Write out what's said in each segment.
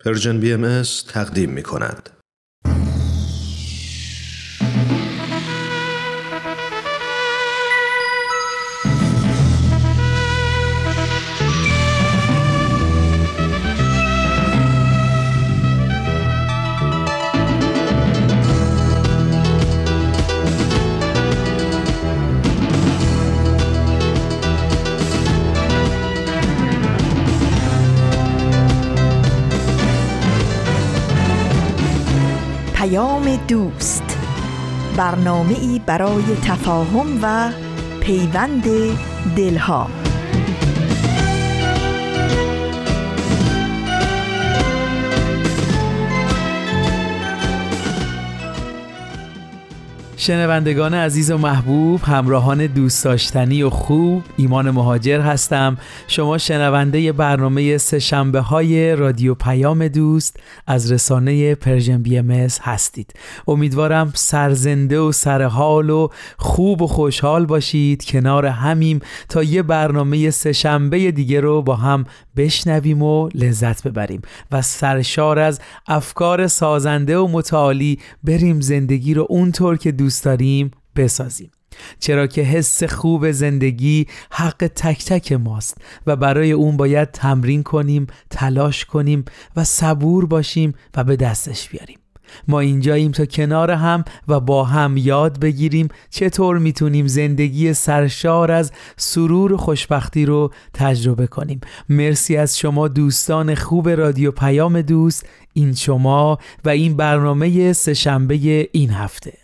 پرژن BMS تقدیم می کند. دوست، برنامه‌ای برای تفاهم و پیوند دلها. شنوندگان عزیز و محبوب، همراهان دوست داشتنی و خوب، ایمان مهاجر هستم. شما شنونده برنامه سه‌شنبه های رادیو پیام دوست از رسانه پرژن BMS هستید. امیدوارم سرزنده و سرحال و خوب و خوشحال باشید. کنار همیم تا یه برنامه سه‌شنبه دیگه رو با هم بشنویم و لذت ببریم و سرشار از افکار سازنده و متعالی بریم زندگی رو اونطور که دوست داریم بسازیم. چرا که حس خوب زندگی حق تک تک ماست و برای اون باید تمرین کنیم، تلاش کنیم و صبور باشیم و به دستش بیاریم. ما اینجاییم تا کنار هم و با هم یاد بگیریم چطور میتونیم زندگی سرشار از سرور و خوشبختی رو تجربه کنیم. مرسی از شما دوستان خوب رادیو پیام دوست، این شما و این برنامه سه‌شنبه این هفته.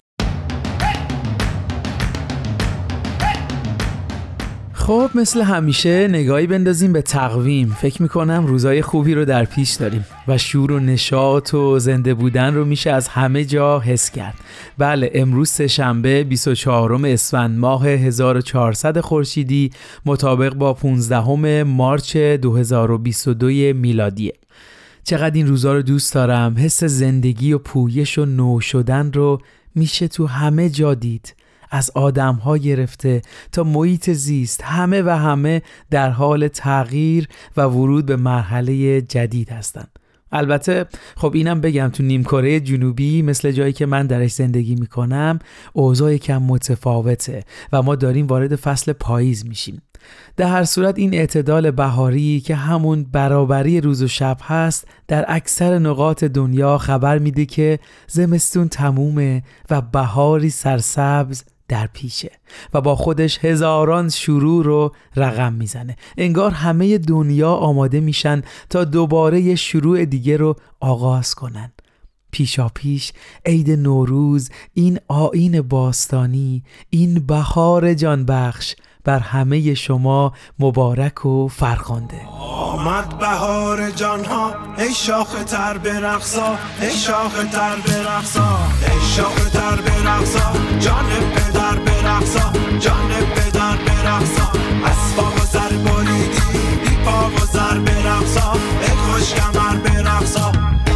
خب مثل همیشه نگاهی بندازیم به تقویم. فکر میکنم روزای خوبی رو در پیش داریم و شور و نشاط و زنده بودن رو میشه از همه جا حس کرد. بله، امروز سه‌شنبه 24 اسفند ماه 1400 خورشیدی مطابق با 15 مارس 2022 میلادیه. چقدر این روزا رو دوست دارم. حس زندگی و پویش و نو شدن رو میشه تو همه جا دید. از آدم‌ها گرفته تا محیط زیست، همه و همه در حال تغییر و ورود به مرحله جدید هستن. البته خب اینم بگم تو نیمکره جنوبی مثل جایی که من درش زندگی میکنم اوضاع کم متفاوته و ما داریم وارد فصل پاییز میشیم. در هر صورت این اعتدال بهاری که همون برابری روز و شب هست در اکثر نقاط دنیا خبر میده که زمستون تمومه و بهاری سرسبز در پیشه و با خودش هزاران شروع رو رقم میزنه. انگار همه دنیا آماده میشن تا دوباره یه شروع دیگه رو آغاز کنن. پیشا پیش عید نوروز، این آیین باستانی، این بهار جانبخش بر همه شما مبارک و فرخنده. آمد بهار جانها، ای شاخ تر برقصا، ای شاخ تر برقصا، ای شاخ تر برقصا، جان پدر برقصا، جان پدر برقصا، از پا و سر بریدی بی پا و سر برقصا، ای خوش کمر برقصا.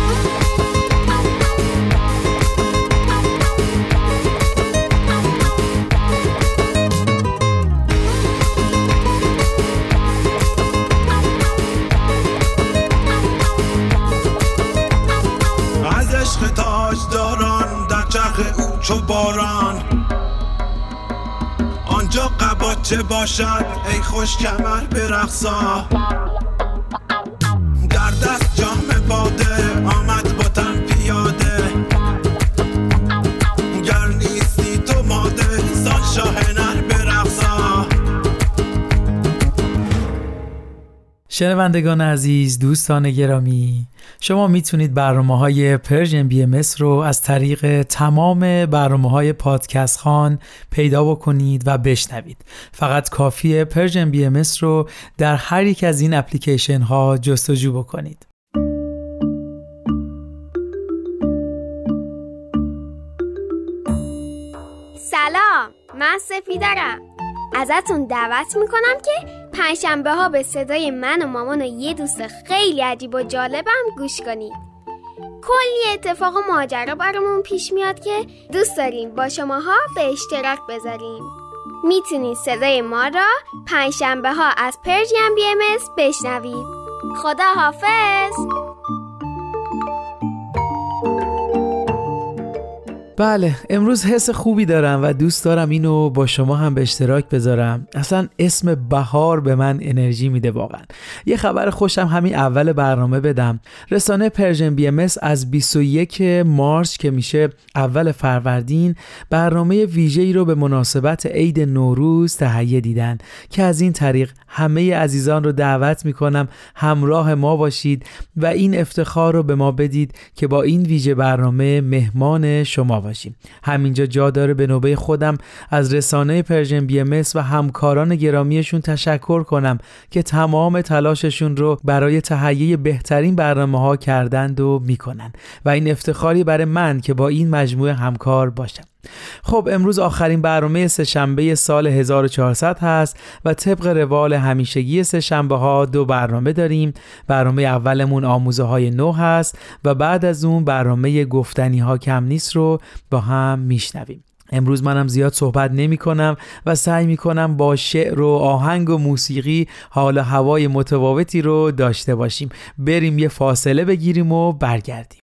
تاجداران در چرخ او چو باران، آنجا قباچه باشد ای خوش کمر برقصا، در دست جام باده آمد با تن پیاده، گر نیستی تو ماده سال شاه نر برقصا. شنوندگان عزیز، دوستان گرامی، شما میتونید برنامه‌های پرژن BMS رو از طریق تمام برنامه‌های پادکست خان پیدا بکنید و بشنوید. فقط کافیه پرژن BMS رو در هر یک از این اپلیکیشن ها جستجو بکنید. سلام، من سفیدرم. ازتون دعوت میکنم که پنجشنبه ها به صدای من و مامان و یه دوست خیلی عجیب و جالبم گوش کنید. کلی اتفاق و ماجرا برامون پیش میاد که دوست داریم با شماها به اشتراک بذاریم. میتونید صدای ما را پنجشنبه ها از پرژن BMS بشنوید. خدا حافظ. بله، امروز حس خوبی دارم و دوست دارم اینو با شما هم به اشتراک بذارم. اصلا اسم بهار به من انرژی میده واقعا. یه خبر خوشم همین اول برنامه بدم. رسانه پرژن BMS از 21 مارس که میشه اول فروردین برنامه ویژه‌ای رو به مناسبت عید نوروز تهیه دیدن که از این طریق همه عزیزان رو دعوت میکنم همراه ما باشید و این افتخار رو به ما بدید که با این ویژه برنامه مهمان شما باشیم. همینجا جا داره به نوبه خودم از رسانه پرژن BMS و همکاران گرامیشون تشکر کنم که تمام تلاششون رو برای تهیه بهترین برنامه‌ها کردند و میکنن و این افتخاری برای من که با این مجموعه همکار باشم. خب امروز آخرین برنامه سه‌شنبه سال 1400 هست و طبق روال همیشگی سه‌شنبه ها 2 برنامه داریم. برنامه اولمون آموزه های نو هست و بعد از اون برنامه گفتنی ها کم نیست رو با هم میشنویم. امروز منم زیاد صحبت نمی کنم و سعی می کنم با شعر و آهنگ و موسیقی حال و هوای متفاوتی رو داشته باشیم. بریم یه فاصله بگیریم و برگردیم.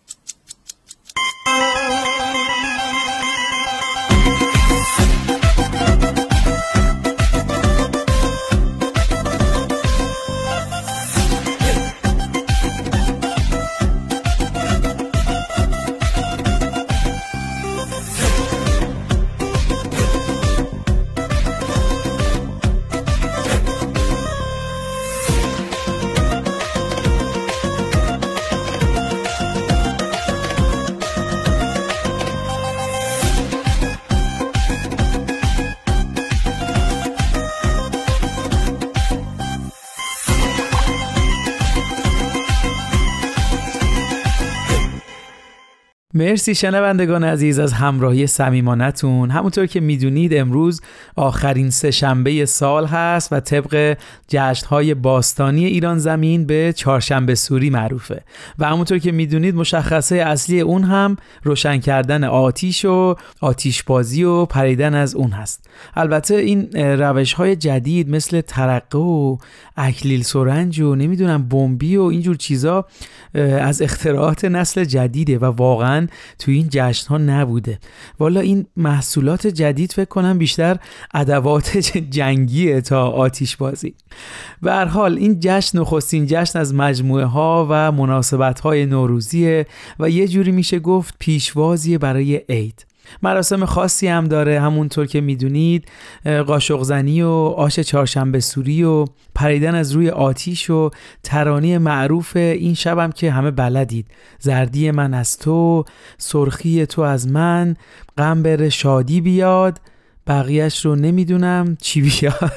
مرسی شنوندگان عزیز از همراهی صمیمانه‌تون. همونطور که میدونید امروز آخرین سه‌شنبه سال هست و طبق جشن‌های باستانی ایران زمین به چهارشنبه سوری معروفه و همونطور که میدونید مشخصه اصلی اون هم روشن کردن آتیش و آتیشبازی و پریدن از اون هست. البته این روش‌های جدید مثل ترقه و اکلیل سرنج و نمیدونم بمبی و اینجور چیزا از اختراعات نسل جدیده و واقعا تو این جشن ها نبوده. والا این محصولات جدید فکر کنم بیشتر ادوات جنگیه تا آتیش بازی. به هر حال این جشن نخستین جشن از مجموعه ها و مناسبت های نوروزیه و یه جوری میشه گفت پیشوازیه برای عید. مراسم خاصی هم داره، همونطور که میدونید قاشق زنی و آش چهارشنبه سوری و پریدن از روی آتیش و ترانه معروف این شبم که همه بلدید، زردی من از تو، سرخی تو از من، غم بره شادی بیاد، بقیهش رو نمیدونم چی بیاد.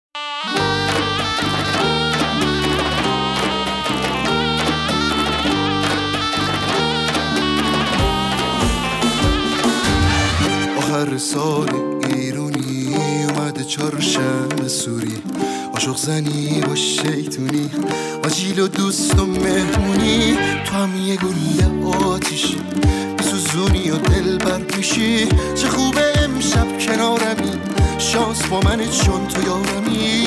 هر سال ایرونی اومده چهارشنبه سوری، عاشق زنی با شیطونی، آجیل و دوست و مهمونی، تو هم یه گل آتیشی، میسوزونی و دل بر میشی، چه خوبه امشب کنارمی، شانس با منه چون تو یارمی،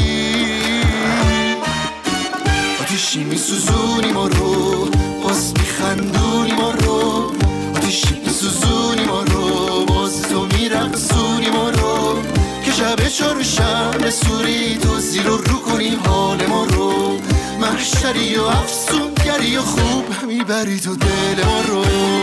آتیشی میسوزونی ما رو، باز میخندونی ما رو، آتیشی میسوزونی ما رو، باز تو میرقصونی ما رو، که شب چهارشنبه سوری تو زیر و رو کنی حال ما رو، محشری و افسونگری و خوب میبری تو دل ما رو.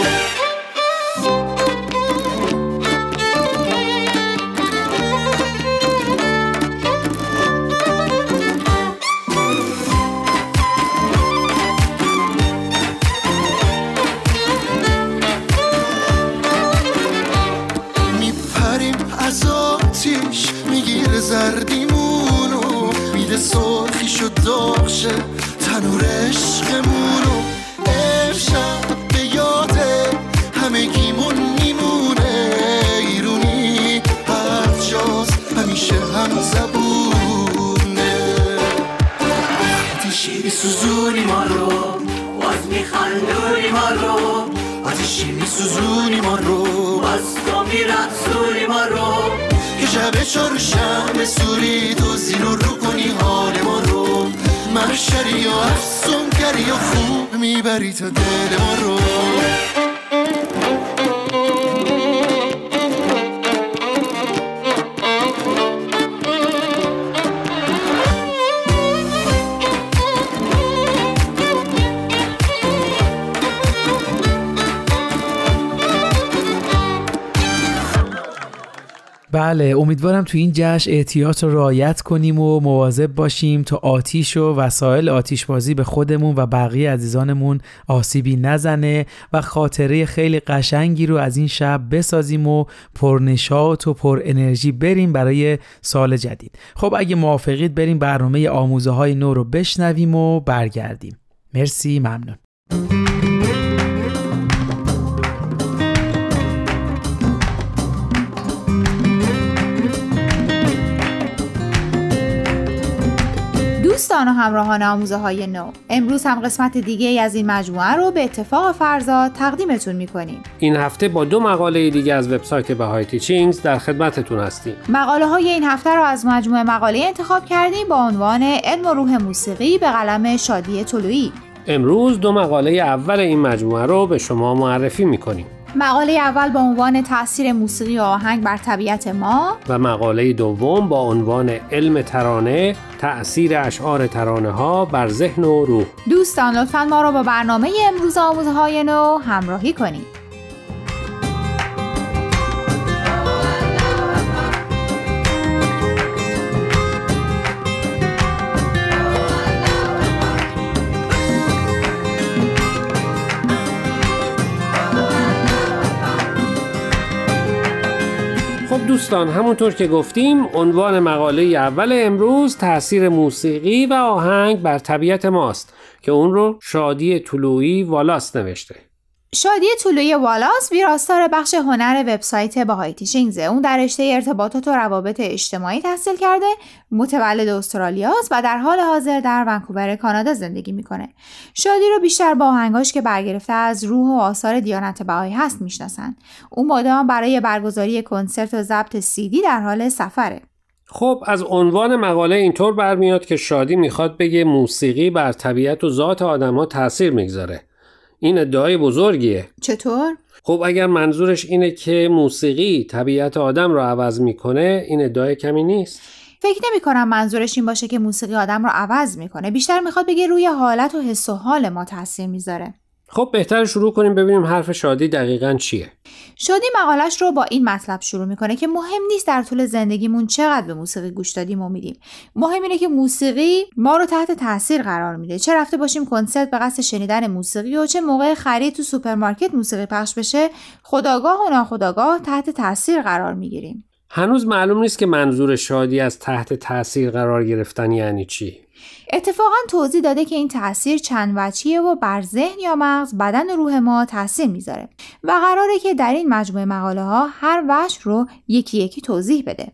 زردیمونو میده سرخیشو داغشه تنور عشقمونو، امشب به یاده همگیمون میمونه، ایرونی هر جاست همیشه هم زبونه، آتیشی میسوزونی ما رو، باز میخندونی ما رو، آتیشی میسوزونی ما رو، باز تو میرقصونی ما رو، که شب چهارشنبه سوری تو زیر و رو کنی حال ما رو، محشری و افسونگری و خوب میبری تا دل ما رو. بله، امیدوارم تو این جشن احتیاط رو رعایت کنیم و مواظب باشیم تا آتیش و وسایل آتیشبازی به خودمون و بقیه عزیزانمون آسیبی نزنه و خاطره خیلی قشنگی رو از این شب بسازیم و پرنشاط و پر انرژی بریم برای سال جدید. خب اگه موافقید بریم برنامه آموزه‌های نو رو بشنویم و برگردیم. مرسی، ممنون. دوستان و همراهان آموزه‌های نو، امروز هم قسمت دیگه از این مجموعه رو به اتفاق فرزاد تقدیمتون می‌کنیم. این هفته با 2 مقاله دیگه از وبسایت بهایی تیچینگز در خدمتتون هستیم. مقاله‌های این هفته رو از مجموعه مقاله انتخاب کردیم با عنوان علم و روح موسیقی به قلم شادی طلویی. امروز 2 مقاله اول این مجموعه رو به شما معرفی می‌کنیم. مقاله اول با عنوان تأثیر موسیقی و آهنگ بر طبیعت ما و مقاله دوم با عنوان علم ترانه، تأثیر اشعار ترانه ها بر ذهن و روح. دوستان لطفاً ما رو با برنامه امروز آموزه‌های نو همراهی کنید. دوستان همونطور که گفتیم عنوان مقاله اول امروز تأثیر موسیقی و آهنگ بر طبیعت ماست که اون رو شادی طلویی والاس نوشته. شادی طلویی والاس ویراستار بخش هنر وبسایت بهایی تیچینگز. اون در رشته ارتباطات و روابط اجتماعی تحصیل کرده، متولد استرالیاست و در حال حاضر در ونکوور کانادا زندگی میکنه. شادی رو بیشتر با آهنگاش که برگرفته از روح و آثار دیانت بهایی هست میشناسن. اون مدام برای برگزاری کنسرت و ضبط CD در حال سفره. خب از عنوان مقاله اینطور برمیاد که شادی میخواد بگه موسیقی بر طبیعت و ذات آدم‌ها تأثیر میگذاره. این ادعای بزرگیه. چطور؟ خب اگر منظورش اینه که موسیقی طبیعت آدم رو عوض میکنه، این ادعای کمی نیست. فکر نمی کنم منظورش این باشه که موسیقی آدم رو عوض میکنه. بیشتر میخواد بگه روی حالت و حس و حال ما تاثیر میذاره. خب بهتر شروع کنیم ببینیم حرف شادی دقیقاً چیه. شادی مقالش رو با این مطلب شروع میکنه که مهم نیست در طول زندگیمون چقدر به موسیقی گوش دادیم و میدیم. مهم اینه که موسیقی ما رو تحت تاثیر قرار میده. چه رفته باشیم کنسرت به قصد شنیدن موسیقی و چه موقع خرید تو سوپرمارکت موسیقی پخش بشه، خودآگاه و ناخودآگاه تحت تاثیر قرار میگیریم. هنوز معلوم نیست که منظور شادی از تحت تاثیر قرار گرفتن یعنی چی. اتفاقا توضیح داده که این تأثیر چند وجهیه و بر ذهن یا مغز، بدن و روح ما تأثیر میذاره و قراره که در این مجموعه مقاله ها هر وجه رو یکی یکی توضیح بده.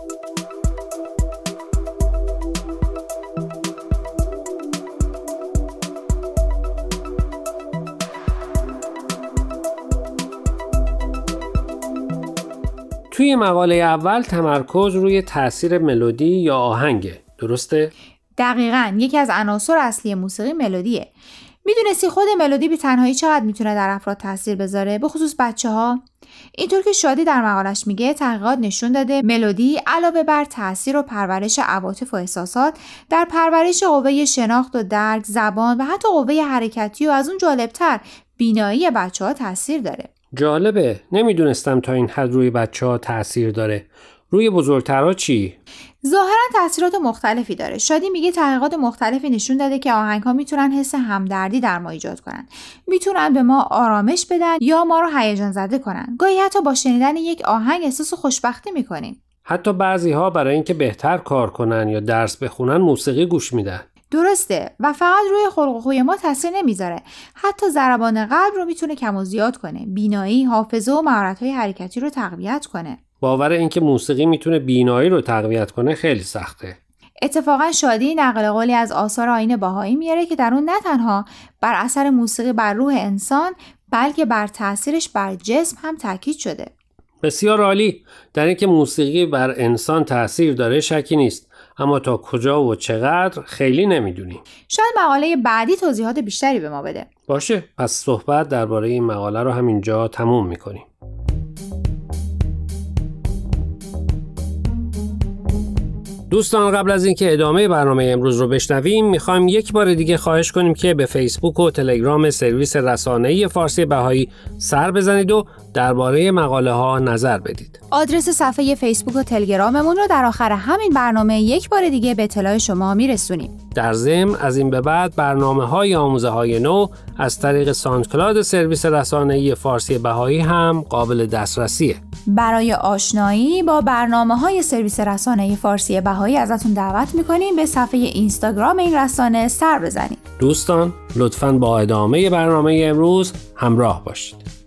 توی مقاله اول تمرکز روی تأثیر ملودی یا آهنگه، درسته؟ دقیقاً یکی از عناصر اصلی موسیقی ملودیه. میدونستی خود ملودی به تنهایی چقدر میتونه در افراد تاثیر بذاره، به خصوص بچه‌ها؟ اینطور که شادی در مقالش میگه تحقیقات نشون داده ملودی علاوه بر تاثیر و پرورش عواطف و احساسات در پرورش قوه شناخت و درک، زبان و حتی قوه حرکتی و از اون جالبتر بینایی بچه‌ها تاثیر داره. جالبه، نمیدونستم تا این حد روی بچه‌ها تاثیر داره. روی بزرگترها چی؟ ظاهرا تاثیرات مختلفی داره. شادی میگه تحقیقات مختلفی نشون داده که آهنگ‌ها میتونن حس همدردی در ما ایجاد کنن. میتونن به ما آرامش بدن یا ما رو هیجان زده کنن. گاهی حتی با شنیدن یک آهنگ احساس خوشبختی میکنیم. حتی بعضی‌ها برای اینکه بهتر کار کنن یا درس بخونن موسیقی گوش میدن. درسته و فقط روی خلق و خوی ما تاثیر نمیذاره. حتی ضربان قلب رو میتونه کم و زیاد کنه. بینایی، حافظه و مهارت‌های حرکتی رو تقویت کنه. باور اینکه موسیقی میتونه بینایی رو تقویت کنه خیلی سخته. اتفاقا شادی نقل قولی از آثار آیین بهایی میاره که در اون نه تنها بر اثر موسیقی بر روح انسان بلکه بر تاثیرش بر جسم هم تاکید شده. بسیار عالی. در اینکه موسیقی بر انسان تاثیر داره شکی نیست، اما تا کجا و چقدر خیلی نمیدونیم. شاید مقاله بعدی توضیحات بیشتری به ما بده. باشه، پس صحبت درباره این مقاله رو همینجا تموم میکنیم. دوستان قبل از اینکه ادامه برنامه امروز رو بشنویم میخوایم یک بار دیگه خواهش کنیم که به فیسبوک و تلگرام سرویس رسانه‌ای فارسی بهایی سر بزنید و درباره مقاله ها نظر بدید. آدرس صفحه فیسبوک و تلگراممون رو در آخر همین برنامه یک بار دیگه به اطلاع شما میرسونیم. در ضمن از این به بعد برنامه‌های آموزه‌های نو از طریق ساندکلاد سرویس رسانه‌ای فارسی بهایی هم قابل دسترسیه. برای آشنایی با برنامه‌های سرویس رسانه‌ای فارسی بهایی ازتون دعوت می‌کنیم به صفحه اینستاگرام این رسانه سر بزنید. دوستان لطفاً با ادامه برنامه امروز همراه باشید.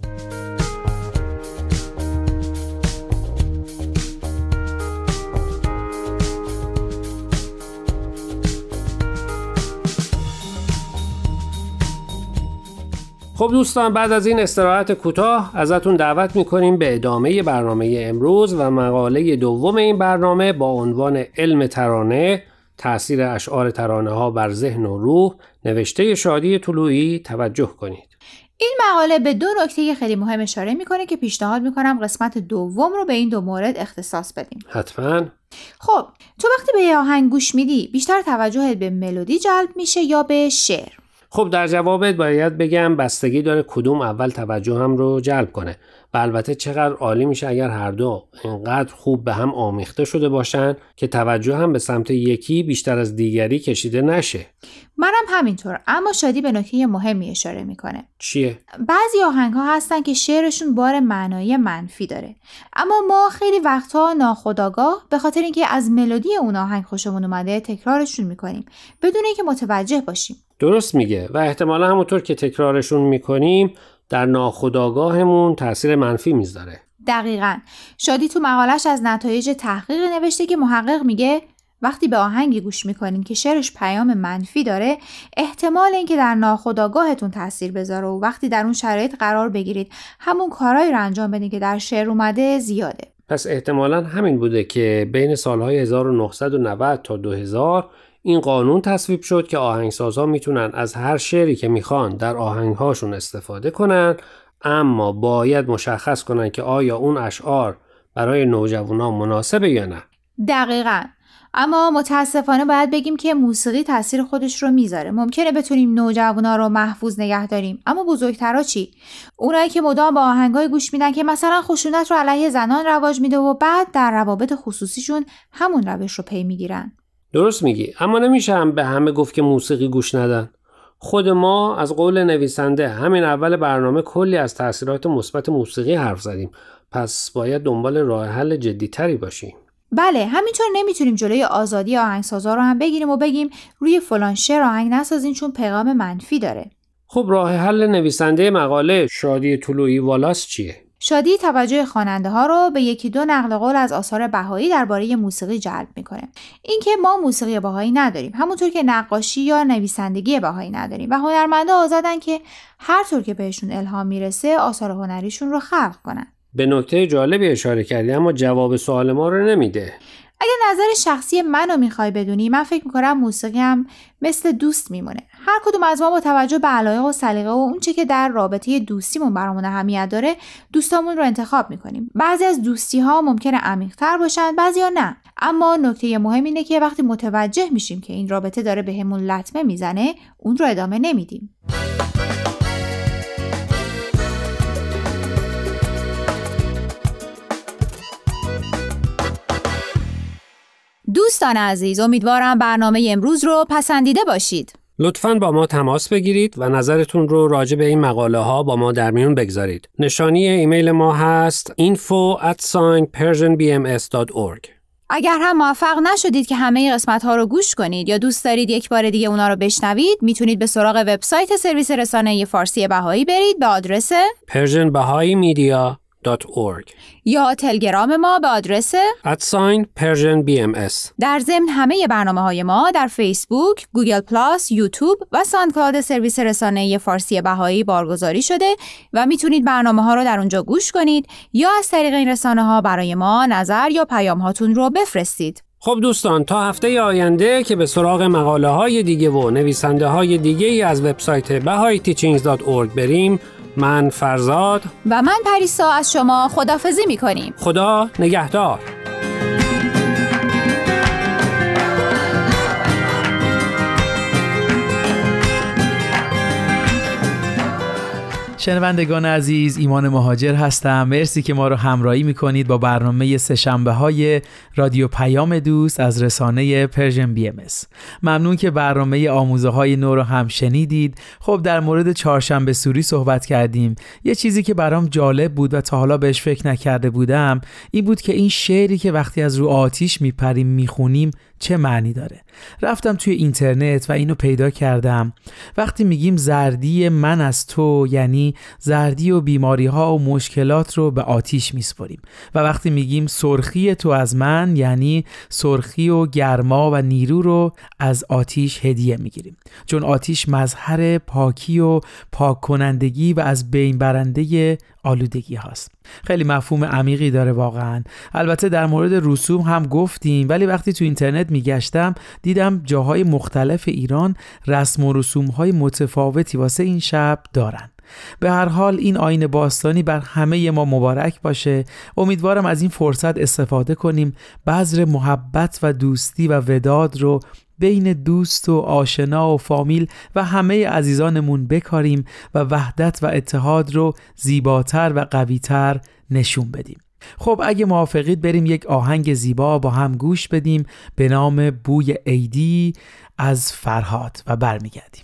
خب دوستان بعد از این استراحت کوتاه ازتون دعوت میکنیم به ادامه برنامه امروز و مقاله دوم این برنامه با عنوان علم ترانه، تأثیر اشعار ترانه ها بر ذهن و روح، نوشته شادی طلویی توجه کنید. این مقاله به دو نکته خیلی مهم اشاره میکنه که پیشنهاد میکنم قسمت دوم رو به این دو مورد اختصاص بدیم. حتما. خب تو وقتی به یه آهنگ گوش میدی بیشتر توجهت به ملودی جلب میشه یا به شعر؟ خب در جوابت باید بگم بستگی داره کدوم اول توجه هم رو جلب کنه و البته چقدر عالی میشه اگر هر دو اینقدر خوب به هم آمیخته شده باشن که توجه هم به سمت یکی بیشتر از دیگری کشیده نشه. منم همینطور، اما شادی به نکته مهمی اشاره میکنه. چیه؟ بعضی آهنگ‌ها هستن که شعرشون بار معنایی منفی داره، اما ما خیلی وقتها ناخودآگاه به خاطر اینکه از ملودی اون آهنگ خوشمون اومده تکرارشون میکنیم بدون اینکه متوجه باشیم. درست میگه و احتمالا همونطور که تکرارشون میکنیم در ناخودآگاهمون تأثیر منفی میذاره. دقیقاً. شادی تو مقالش از نتایج تحقیق نوشته که محقق میگه وقتی به آهنگی گوش میکنین که شعرش پیام منفی داره، احتمال اینکه در ناخودآگاهتون تاثیر بذاره و وقتی در اون شرایط قرار بگیرید همون کارهایی رو انجام بدین که در شعر اومده زیاده. پس احتمالاً همین بوده که بین سالهای 1990 تا 2000 این قانون تصویب شد که آهنگسازها میتونن از هر شعری که میخوان در آهنگهاشون استفاده کنن، اما باید مشخص کنن که آیا اون اشعار برای نوجوانان مناسبه یا نه. دقیقاً. اما متاسفانه باید بگیم که موسیقی تاثیر خودش رو میذاره. ممکنه بتونیم نوجوانا رو محفوظ نگه داریم، اما بزرگترا چی؟ اونایی که مدام با آهنگای گوش میدن که مثلا خشونت رو علیه زنان رواج میده و بعد در روابط خصوصیشون همون روش رو پی میگیرن. درست میگی، اما نمیشه هم به همه گفت که موسیقی گوش ندن. خود ما از قول نویسنده همین اول برنامه کلی از تاثیرات مثبت موسیقی حرف زدیم، پس باید دنبال راه حل جدی‌تری باشیم. بله، همینطور نمیتونیم جلوی آزادی آهنگسازا رو هم بگیریم و بگیم روی فلان شعر آهنگ نسازین چون پیغام منفی داره. خب راه حل نویسنده مقاله شادی طلویی والاس چیه؟ شادی توجه خواننده ها رو به یکی دو نقل قول از آثار بهایی درباره موسیقی جلب میکنه. اینکه ما موسیقی بهایی نداریم، همونطور که نقاشی یا نویسندگی بهایی نداریم و هنرمندا آزادن که هر طور که بهشون الهام میرسه آثار هنریشون رو خلق کنن. به نکته جالبی اشاره کردی اما جواب سوال ما رو نمیده. اگه نظر شخصی منو میخوای بدونی، من فکر میکنم موسیقی هم مثل دوست میمونه. هر کدوم از ما با توجه به علایق و سلیقه و اونچه که در رابطه دوستیمون برامون اهمیت داره دوستامون رو انتخاب میکنیم. بعضی از دوستی ها ممکنه عمیق‌تر باشن، بعضیا نه. اما نکته مهم اینه که وقتی متوجه میشیم که این رابطه داره بهمون لطمه میزنه، اون رو ادامه نمیدیم. دوستان عزیز، امیدوارم برنامه امروز رو پسندیده باشید. لطفاً با ما تماس بگیرید و نظرتون رو راجع به این مقاله ها با ما در میون بگذارید. نشانی ایمیل ما هست info@persianbms.org. اگر هم موفق نشدید که همه قسمت ها رو گوش کنید یا دوست دارید یک بار دیگه اونا رو بشنوید، میتونید به سراغ وبسایت سرویس رسانه‌ای فارسی بهایی برید به آدرس persianbahaimedia.org یا تلگرام ما به آدرس @persianbms. در ضمن همه برنامه‌های ما در فیسبوک، گوگل پلاس، یوتیوب و ساندکلاد سرویس رسانه‌ای فارسی بهایی بارگذاری شده و میتونید برنامه‌ها رو در اونجا گوش کنید یا از طریق این رسانه‌ها برای ما نظر یا پیام‌هاتون رو بفرستید. خب دوستان، تا هفته آینده که به سراغ مقاله های دیگه و نویسنده های دیگه از وبسایت bahaiteachings.org بریم، من فرزاد و من پریسا از شما خداحافظی می‌کنیم. خدا نگهدار. شنوندگان عزیز، ایمان مهاجر هستم. مرسی که ما رو همراهی میکنید با برنامه سه‌شنبه های رادیو پیام دوست از رسانه پرژن BMS. ممنون که برنامه آموزه های نو رو هم شنیدید. خب در مورد چهارشنبه سوری صحبت کردیم. یه چیزی که برام جالب بود و تا حالا بهش فکر نکرده بودم این بود که این شعری که وقتی از رو آتیش میپریم میخونیم چه معنی داره. رفتم توی اینترنت و اینو پیدا کردم. وقتی میگیم زردی من از تو، یعنی زردی و بیماری ها و مشکلات رو به آتیش میسپاریم، و وقتی میگیم سرخی تو از من، یعنی سرخی و گرما و نیرو رو از آتیش هدیه میگیریم، چون آتیش مظهر پاکی و پاک کنندگی و از بین برنده آلودگی هاست. خیلی مفهوم عمیقی داره واقعا. البته در مورد رسوم هم گفتیم، ولی وقتی تو اینترنت میگشتم دیدم جاهای مختلف ایران رسم و رسوم‌های متفاوتی واسه این شب دارن. به هر حال این آیین باستانی بر همه ما مبارک باشه. امیدوارم از این فرصت استفاده کنیم بذر محبت و دوستی و وداد رو بین دوست و آشنا و فامیل و همه عزیزانمون بکاریم و وحدت و اتحاد رو زیباتر و قویتر نشون بدیم. خب اگه موافقید بریم یک آهنگ زیبا با هم گوش بدیم به نام بوی عیدی از فرهاد و برمیگردیم.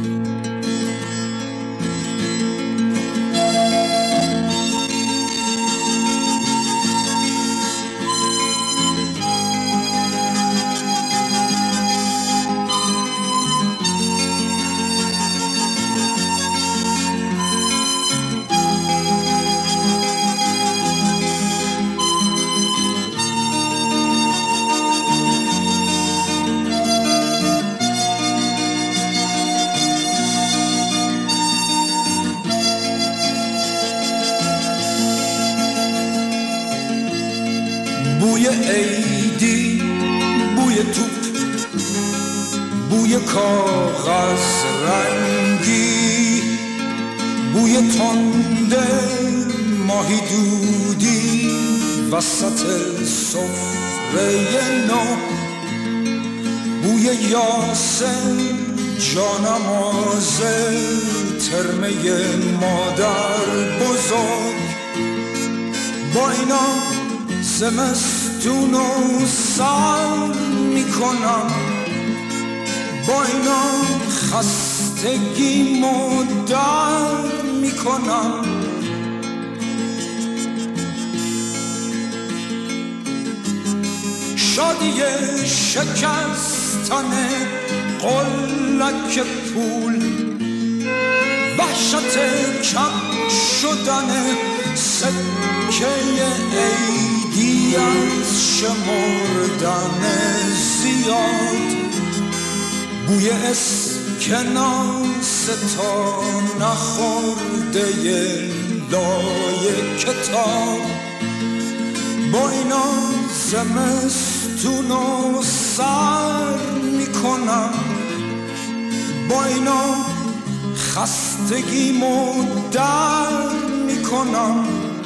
بوی عیدی، بوی توپ، بوی کاغذ رنگی، بوی تنده ماهی دودی وسط سفره نو، بوی یاسم جانماز ترمه مادر بزرگ. با اینا زمستون و سر میکنم، با اینا خستگی مدر میکنم. شادی شکستن قلک پول، وحشت کم شدن سکه عیدی از شمردن زیاد، بوی اسکناس تا نخورده لای کتاب. با اینا زمستون و سر میکنم، با اینا خستگی مدر میکنم.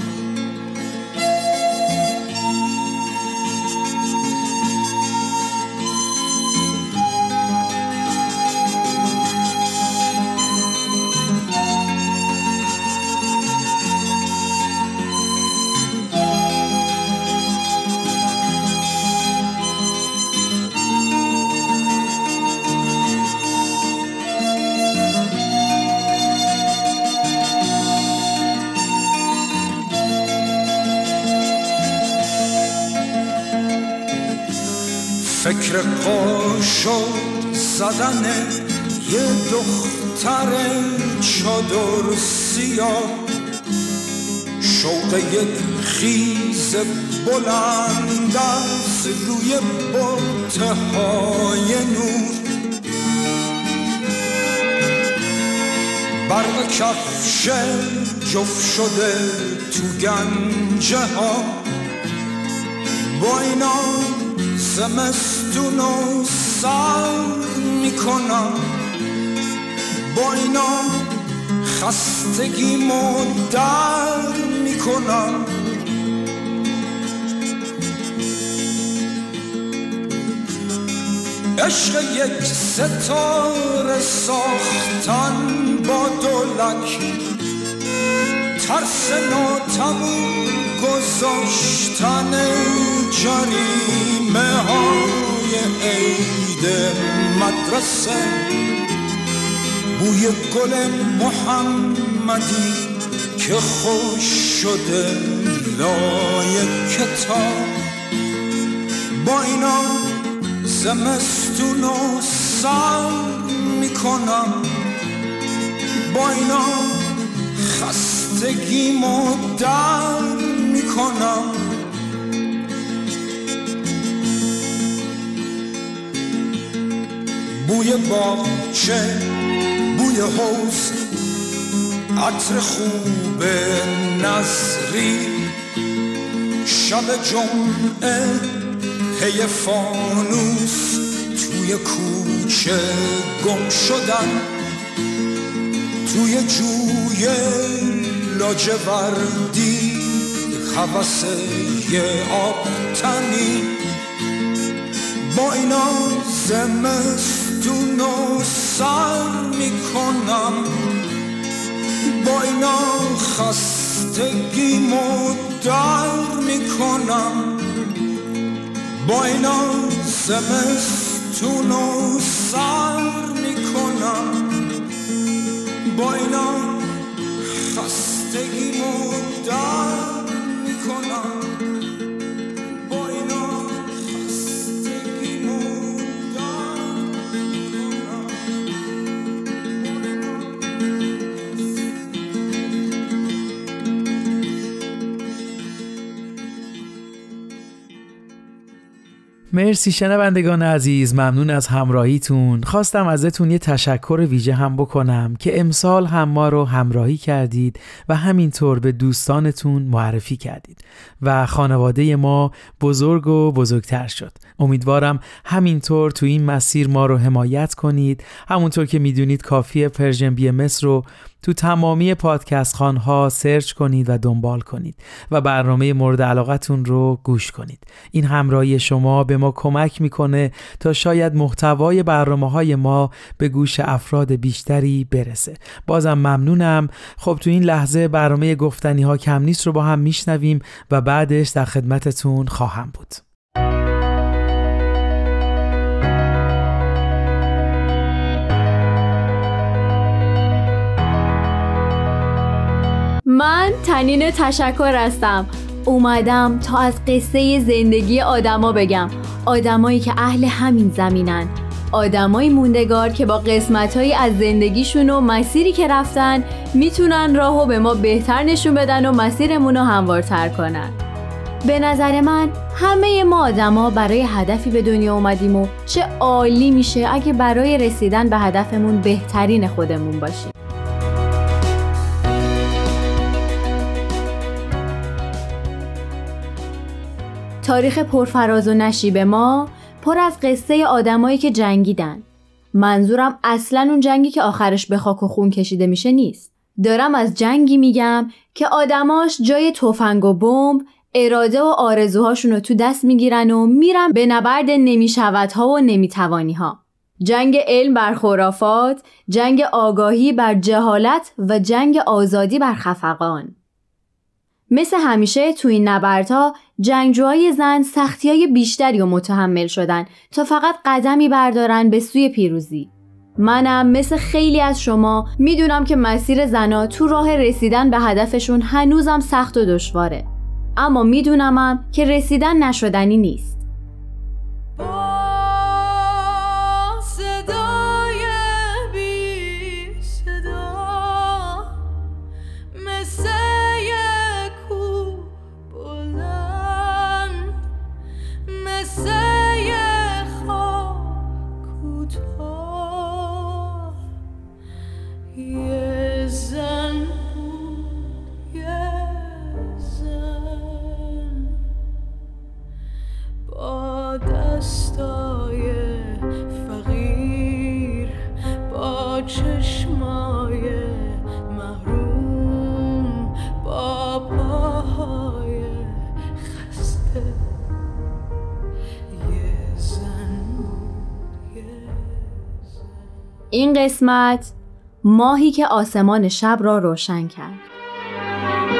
فکر قاشق زدن یه دختر چادر سیاه، شوق یک خیز بلند از روی بطهای نور، برق کفش جفت شده تو گنجه ها. با اینا زمستون و سر میکنم، با اینا خستگی مدر میکنم. عشق یک ستاره ساختن با دولک، ترس ناتموم گذاشتن جریمه های عید مدرسه، بوی گل محمدی که خوش شده لای کتاب، با اینا زمستونو سر میکنم، با اینا خستگیمو در میکنم. بوی باغچه، بوی حوض، عطر خوب نظری، شب جمعه پی فانوس توی کوچه گم شدن، توی جوی لاجوردی هوس یه آبتنی، با اینا زمستونو سر میکنم، با اینا خستگیمو در میکنم، با اینا زمستونو سر میکنم، با اینا خستگیمو در میکنم، با اینا خستگیمو در میکنم. مرسی شنوندگان عزیز، ممنون از همراهیتون. خواستم ازتون یه تشکر ویژه هم بکنم که امسال هم ما رو همراهی کردید و همینطور به دوستانتون معرفی کردید و خانواده ما بزرگ و بزرگتر شد. امیدوارم همینطور تو این مسیر ما رو حمایت کنید. همونطور که میدونید کافیه پرژن BMS رو تو تمامی پادکست خوان‌ها سرچ کنید و دنبال کنید و برنامه مورد علاقتون رو گوش کنید. این همراهی شما به ما کمک میکنه تا شاید محتوای برنامه‌های ما به گوش افراد بیشتری برسه. بازم ممنونم. خب تو این لحظه برنامه گفتنی‌ها کم نیست رو با هم میشنویم و بعدش در خدمتتون خواهم بود. من تنین تشکر هستم. اومدم تا از قصه زندگی آدما بگم. آدمایی که اهل همین زمینن. آدمای موندگار که با قسمتایی از زندگیشون و مسیری که رفتن میتونن راهو به ما بهتر نشون بدن و مسیرمون رو هموارتر کنن. به نظر من همه ما آدما برای هدفی به دنیا اومدیم و چه عالی میشه اگه برای رسیدن به هدفمون بهترین خودمون باشیم. تاریخ پرفراز و نشیب ما پر از قصه آدمایی که جنگیدن. منظورم اصلاً اون جنگی که آخرش به خاک و خون کشیده میشه نیست. دارم از جنگی میگم که آدماش جای تفنگ و بمب اراده و آرزوهاشون رو تو دست میگیرن و میرن به نبرد نمیشودها و نمیتوانیها. جنگ علم بر خرافات، جنگ آگاهی بر جهالت و جنگ آزادی بر خفقان. مثل همیشه تو این نبردها جنگجوهای زن سختی‌های بیشتری رو متحمل شدن تا فقط قدمی بردارن به سوی پیروزی. منم مثل خیلی از شما میدونم که مسیر زنا تو راه رسیدن به هدفشون هنوزم سخت و دشواره. اما میدونمم که رسیدن نشدنی نیست. این قسمت ماهی که آسمان شب را روشن کرد.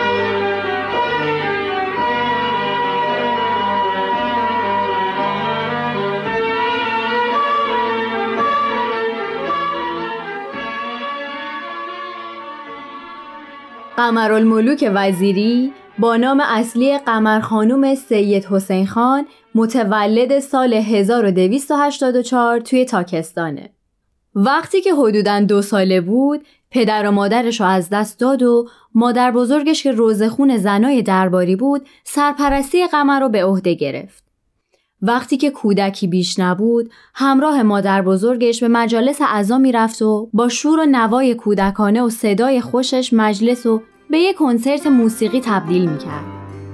قمرالملوک وزیری با نام اصلی قمر خانم سید حسین خان متولد سال 1284 توی تاکستانه. وقتی که حدوداً 2 ساله بود، پدر و مادرش رو از دست داد و مادر بزرگش که روزخون زنای درباری بود، سرپرستی قمر رو به عهده گرفت. وقتی که کودکی بیش نبود، همراه مادر بزرگش به مجالس عزا می رفت و با شور و نوای کودکانه و صدای خوشش مجلس و به یک کنسرت موسیقی تبدیل می کرد.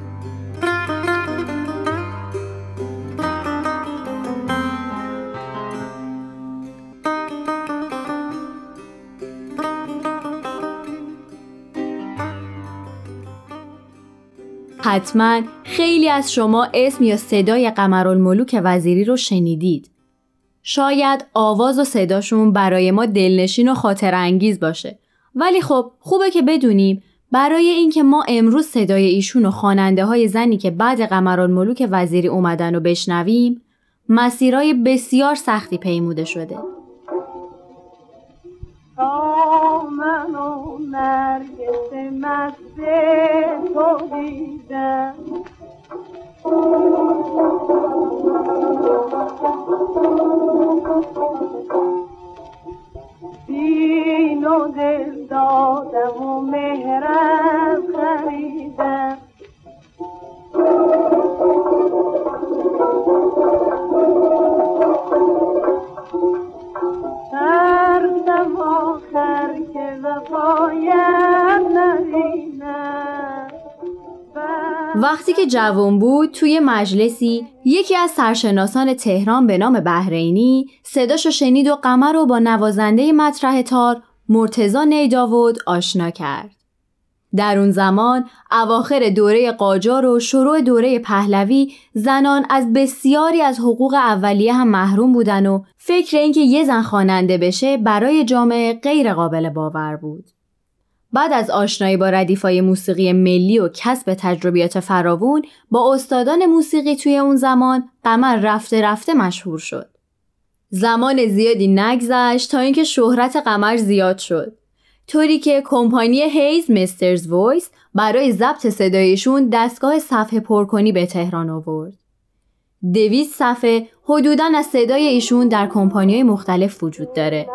حتما خیلی از شما اسم یا صدای قمرالملوک وزیری رو شنیدید. شاید آواز و صداشون برای ما دلنشین و خاطر انگیز باشه. ولی خب خوبه که بدونیم برای اینکه ما امروز صدای ایشون و خواننده های زنی که بعد قمرالملوک وزیری اومدن و بشنویم، مسیرهای بسیار سختی پیموده شده. من و نرگس مست تو دیدم، دین و دل دادم و مهرم خریدم. ترسم آخر که وفایم نبینم. وقتی که جوان بود توی مجلسی یکی از سرشناسان تهران به نام بحرینی صداشو شنید و قمر رو با نوازنده مطرح تار مرتضی نیداود آشنا کرد. در اون زمان اواخر دوره قاجار و شروع دوره پهلوی زنان از بسیاری از حقوق اولیه هم محروم بودن و فکر اینکه یه زن خواننده بشه برای جامعه غیر قابل باور بود. بعد از آشنایی با ردیفای موسیقی ملی و کسب تجربیات فراوون با استادان موسیقی توی اون زمان، قمر رفته رفته مشهور شد. زمان زیادی نگذشت تا اینکه شهرت قمر زیاد شد، طوری که کمپانی هیز مسترز وایس برای ضبط صدایشون دستگاه صفحه پرکنی به تهران آورد. 200 صفحه حدوداً از صدای ایشون در کمپانی‌های مختلف وجود داره.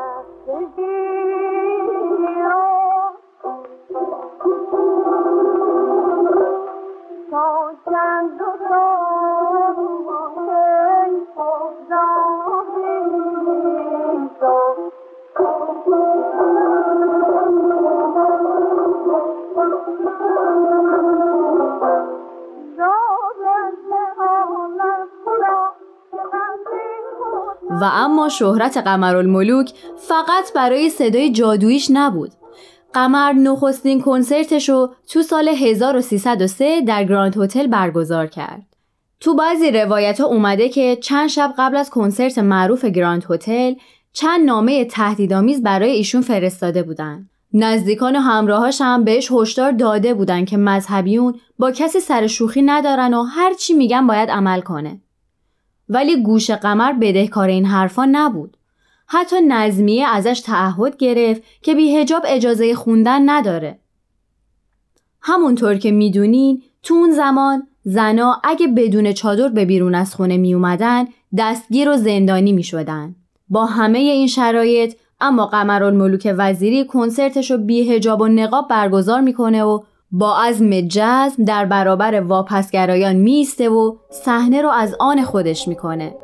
و اما شهرت قمرالملوک فقط برای صدای جادوییش نبود. قمر نخستین کنسرتشو تو سال 1303 در گراند هتل برگزار کرد. تو بعضی روایت‌ها اومده که چند شب قبل از کنسرت معروف گراند هتل چند نامه تهدیدآمیز برای ایشون فرستاده بودن. نزدیکان و همراهاش هم بهش هشدار داده بودن که مذهبیون با کسی سر شوخی ندارن و هر چی میگن باید عمل کنه. ولی گوش قمر بدهکار این حرفا نبود. حتی نظمیه ازش تعهد گرفت که بی حجاب اجازه خوندن نداره. همونطور که میدونین تو اون زمان زنا اگه بدون چادر به بیرون از خونه می اومدن دستگیر و زندانی می شدن. با همه این شرایط اما قمرالملوک وزیری کنسرتشو بی حجاب و نقاب برگزار میکنه و با عزم جزم در برابر واپسگرایان میسته و صحنه رو از آن خودش میکنه.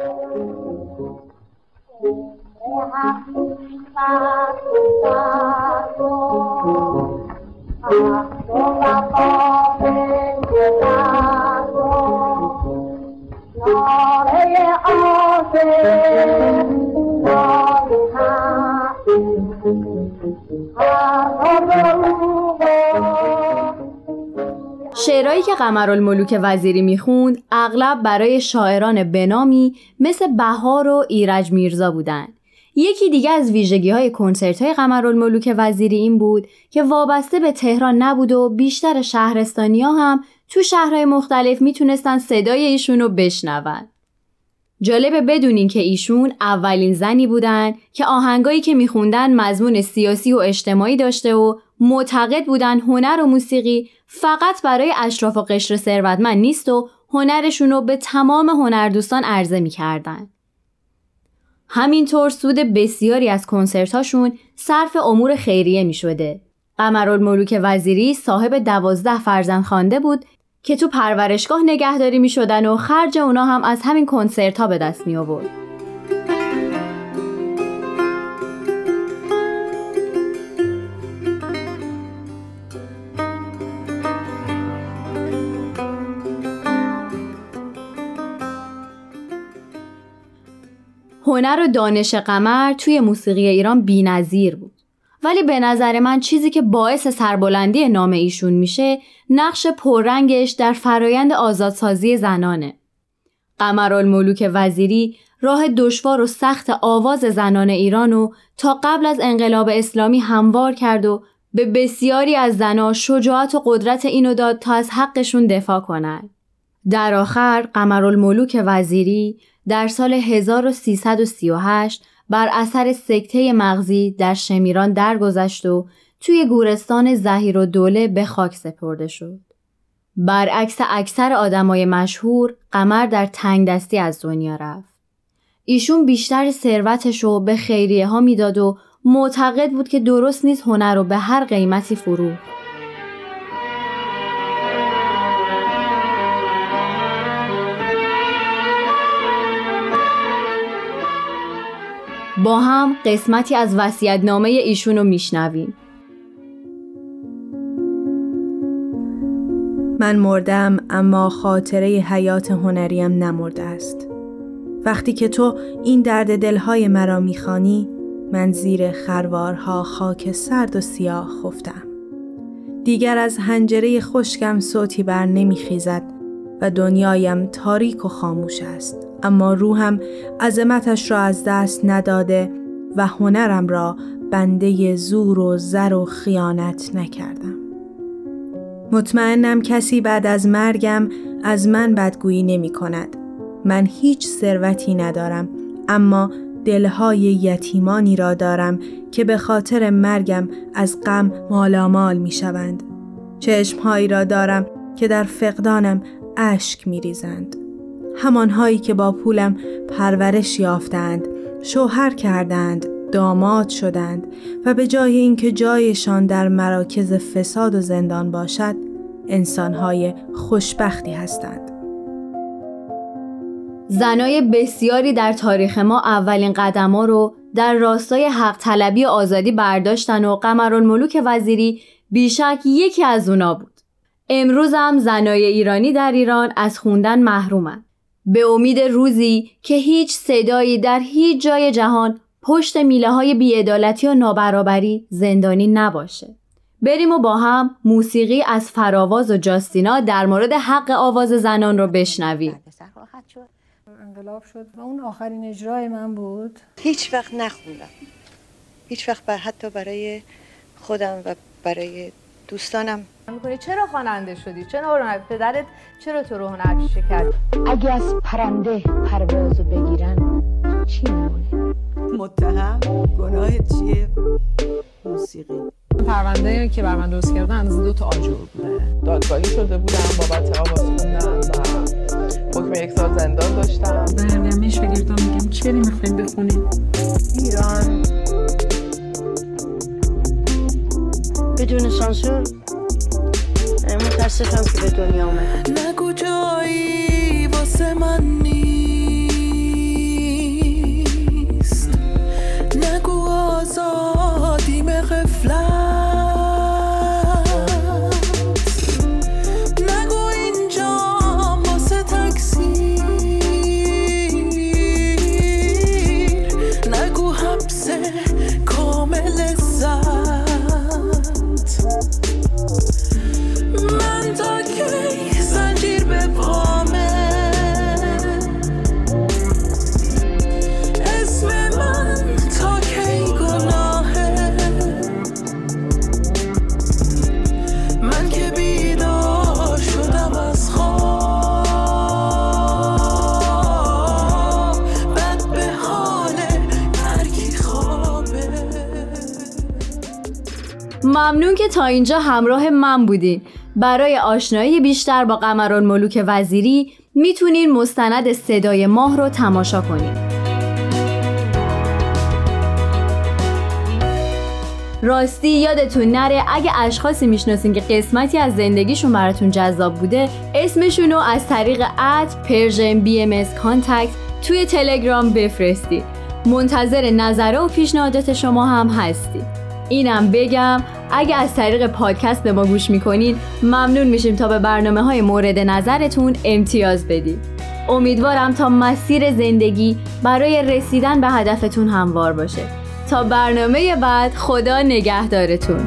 شعرهایی که قمرالملوک وزیری میخوند اغلب برای شاعران بنامی مثل بهار و ایرج میرزا بودن. یکی دیگه از ویژگی‌های کنسرت‌های قمرالملوک وزیری این بود که وابسته به تهران نبود و بیشتر شهرستانی‌ها هم تو شهرهای مختلف میتونستن صدای ایشون رو بشنون. جالبه بدونین که ایشون اولین زنی بودن که آهنگایی که میخوندن مضمون سیاسی و اجتماعی داشته و معتقد بودن هنر و موسیقی فقط برای اشراف و قشر ثروتمند نیست و هنرشون رو به تمام هنردوستان عرضه می‌کردن. همینطور سود بسیاری از کنسرتاشون صرف امور خیریه می‌شده. قمرالملوک وزیری صاحب 12 فرزند خوانده بود که تو پرورشگاه نگهداری می‌شدن و خرج اونا هم از همین کنسرت‌ها به دست می‌آورد. هنر و دانش قمر توی موسیقی ایران بی‌نظیر بود. ولی به نظر من چیزی که باعث سربلندی نام ایشون میشه نقش پررنگش در فرایند آزادسازی زنانه. قمرالملوک وزیری راه دشوار و سخت آواز زنان ایرانو تا قبل از انقلاب اسلامی هموار کرد و به بسیاری از زنان شجاعت و قدرت اینو داد تا از حقشون دفاع کنند. در آخر قمرالملوک وزیری در سال 1338 بر اثر سکته مغزی در شمیران درگذشت و توی گورستان ظهیرالدوله به خاک سپرده شد. برعکس اکثر آدمای مشهور، قمر در تنگدستی از دنیا رفت. ایشون بیشتر ثروتش رو به خیریه ها میداد و معتقد بود که درست نیست هنر رو به هر قیمتی فروخت. با هم قسمتی از وصیت‌نامه ایشون رو میشنویم. من مردم اما خاطره حیات هنریم نمرده است. وقتی که تو این درد دلهای مرا میخوانی، من زیر خروارها خاک سرد و سیاه خفتم. دیگر از حنجره خشکم صوتی بر نمیخیزد و دنیایم تاریک و خاموش است. اما روحم عظمتش را از دست نداده و هنرم را بنده زور و زر و خیانت نکردم. مطمئنم کسی بعد از مرگم از من بدگویی نمی کند. من هیچ ثروتی ندارم، اما دلهای یتیمانی را دارم که به خاطر مرگم از غم مالامال می شوند. چشمهایی را دارم که در فقدانم اشک می ریزند. همانهایی که با پولم پرورش یافتند، شوهر کردند، داماد شدند و به جای اینکه جایشان در مراکز فساد و زندان باشد، انسانهای خوشبختی هستند. زنای بسیاری در تاریخ ما اولین قدم‌ها رو در راستای حق طلبی و آزادی برداشتن و قمرالملوک وزیری بیشک یکی از اونا بود. امروز هم زنای ایرانی در ایران از خوندن محرومند. به امید روزی که هیچ صدایی در هیچ جای جهان پشت میله‌های بی‌عدالتی و نابرابری زندانی نباشه. بریم و با هم موسیقی از فراواز و جاستینا در مورد حق آواز زنان رو بشنویم. انقلاب شد و اون آخرین اجرای من بود. هیچ وقت نخوندم. هیچ وقت حتی برای خودم و برای دوستانم. چرا خواننده شدی؟ چرا پدرت چرا تو رو هنرپیشه کرد؟ اگه از پرنده پروازو بگیرن چی میمونه؟ متهم گناه چیه؟ موسیقی. پرونده که بر من درست کردن از 2 تا آجر بوده. دادگاهی شده بودم بابت آواز خوندن و حکم 1 سال زندان داشتم. به همیشه شاگردام میگم چی بریم میخوایم بخونیم؟ ایران بدون سانسور. متاسفم که به دنیا اومد. نگو جایی واسه من نیست، نگو آزادیم غفلت، نگو اینجا واسه تکثیر، نگو حبس کامل زد. من تا کی زنجیر به پامه، ممنون که تا اینجا همراه من بودین. برای آشنایی بیشتر با قمرالملوک وزیری میتونین مستند صدای ماه رو تماشا کنین. راستی یادتون نره اگه اشخاصی میشناسین که قسمتی از زندگیشون براتون جذاب بوده، اسمشون رو از طریق @PersianBMSContact توی تلگرام بفرستید. منتظر نظره و پیشنهادات شما هم هستی. اینم بگم اگه از طریق پادکست به ما گوش میکنین ممنون میشیم تا به برنامه‌های مورد نظرتون امتیاز بدید. امیدوارم تا مسیر زندگی برای رسیدن به هدفتون هموار باشه. تا برنامه بعد، خدا نگهدارتون.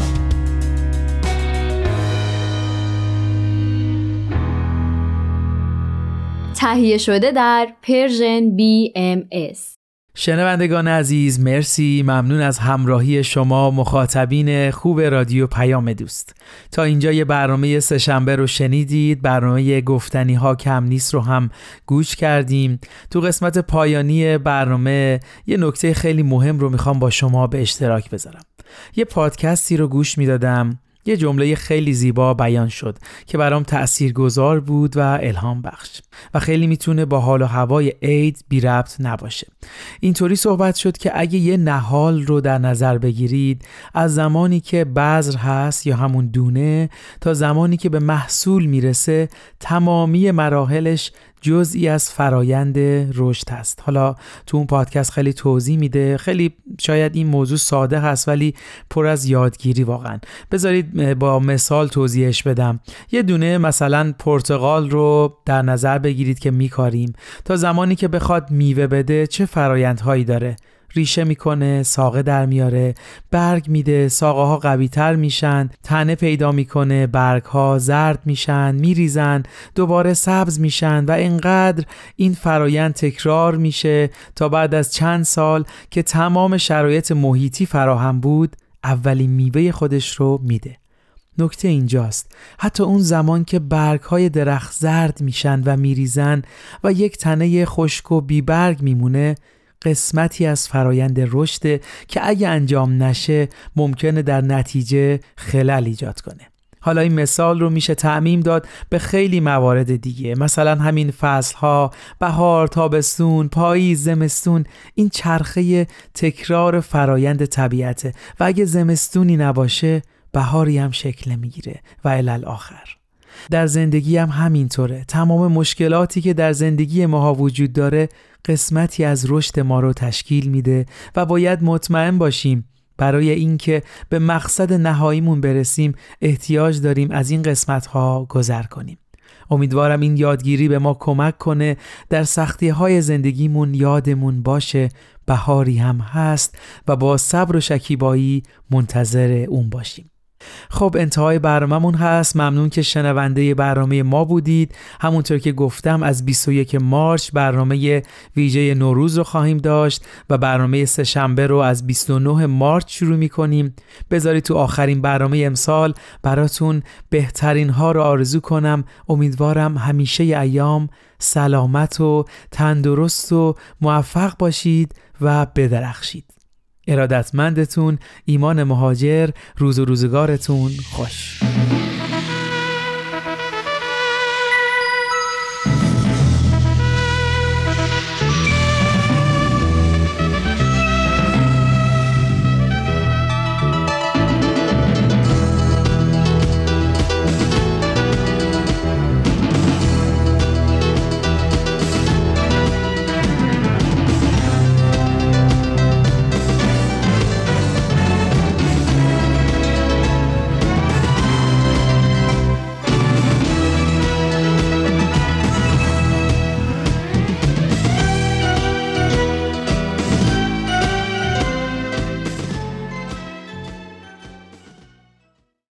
تهیه شده در پرژن BMS. شنوندگان عزیز، مرسی، ممنون از همراهی شما مخاطبین خوب رادیو پیام دوست. تا اینجا یه برنامه سه‌شنبه رو شنیدید، برنامه گفتنی ها کم نیست رو هم گوش کردیم. تو قسمت پایانی برنامه یه نکته خیلی مهم رو میخوام با شما به اشتراک بذارم. یه پادکستی رو گوش میدادم، یه جمله خیلی زیبا بیان شد که برام تأثیرگذار بود و الهام بخش و خیلی میتونه با حال و هوای عید بی ربط نباشه. اینطوری صحبت شد که اگه یه نهال رو در نظر بگیرید، از زمانی که بذر هست یا همون دونه تا زمانی که به محصول میرسه، تمامی مراحلش جزئی از فرایند رشد هست. حالا تو اون پادکست خیلی توضیح میده، خیلی شاید این موضوع ساده هست ولی پر از یادگیری واقعا. بذارید با مثال توضیحش بدم. یه دونه مثلا پرتقال رو در نظر بگیرید که میکاریم، تا زمانی که بخواد میوه بده چه فرایندهایی داره. ریشه میکنه، ساقه در میاره، برگ میده، ساقه ها قوی تر میشن، تنه پیدا میکنه، برگ ها زرد میشن، میریزن، دوباره سبز میشن و اینقدر این فرایند تکرار میشه تا بعد از چند سال که تمام شرایط محیطی فراهم بود، اولین میوه خودش رو میده. نکته اینجاست، حتی اون زمان که برگ‌های درخت زرد میشن و میریزن و یک تنه خشک و بی برگ میمونه، قسمتی از فرایند رشد که اگه انجام نشه ممکنه در نتیجه خلل ایجاد کنه. حالا این مثال رو میشه تعمیم داد به خیلی موارد دیگه، مثلا همین فصلها، بهار، تابستون، پاییز، زمستون، این چرخه تکرار فرایند طبیعته و اگه زمستونی نباشه بهاری هم شکل نمیگیره و الاخر. در زندگی هم همینطوره. تمام مشکلاتی که در زندگی ما وجود داره قسمتی از رشد ما رو تشکیل میده و باید مطمئن باشیم برای اینکه به مقصد نهاییمون برسیم احتیاج داریم از این قسمت‌ها گذر کنیم. امیدوارم این یادگیری به ما کمک کنه در سختی‌های زندگیمون یادمون باشه بهاری هم هست و با صبر و شکیبایی منتظر اون باشیم. خب انتهای برنامه‌مون هست. ممنون که شنونده برنامه ما بودید. همونطور که گفتم از 21 مارس برنامه ویژه نوروز رو خواهیم داشت و برنامه سه‌شنبه رو از 29 مارس شروع می‌کنیم. بذارید تو آخرین برنامه امسال براتون بهترین ها رو آرزو کنم. امیدوارم همیشه ایام سلامت و تندرست و موفق باشید و بدرخشید. ارادتمندتون ایمان مهاجر. روز و روزگارتون خوش.